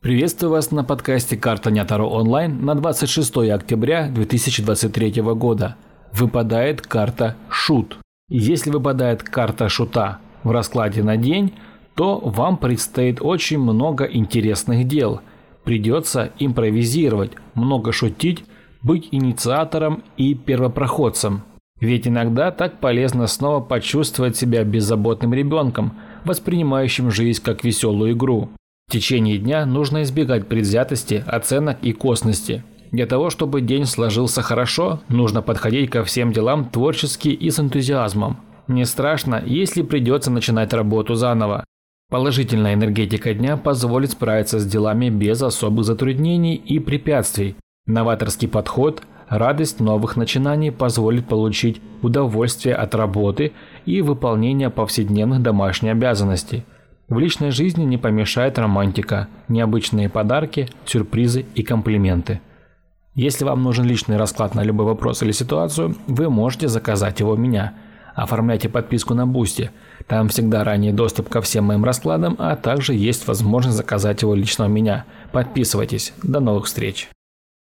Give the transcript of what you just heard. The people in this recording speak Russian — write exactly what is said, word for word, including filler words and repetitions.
Приветствую вас на подкасте «Карта Дня Таро онлайн» на двадцать шестое октября две тысячи двадцать третьего года. Выпадает карта «Шут». И если выпадает карта «Шута» в раскладе на день, то вам предстоит очень много интересных дел. Придется импровизировать, много шутить, быть инициатором и первопроходцем. Ведь иногда так полезно снова почувствовать себя беззаботным ребенком, воспринимающим жизнь как веселую игру. В течение дня нужно избегать предвзятости, оценок и косности. Для того, чтобы день сложился хорошо, нужно подходить ко всем делам творчески и с энтузиазмом. Не страшно, если придется начинать работу заново. Положительная энергетика дня позволит справиться с делами без особых затруднений и препятствий. Новаторский подход, радость новых начинаний позволит получить удовольствие от работы и выполнения повседневных домашних обязанностей. В личной жизни не помешает романтика, необычные подарки, сюрпризы и комплименты. Если вам нужен личный расклад на любой вопрос или ситуацию, вы можете заказать его у меня. Оформляйте подписку на Boosty. Там всегда ранний доступ ко всем моим раскладам, а также есть возможность заказать его лично у меня. Подписывайтесь. До новых встреч.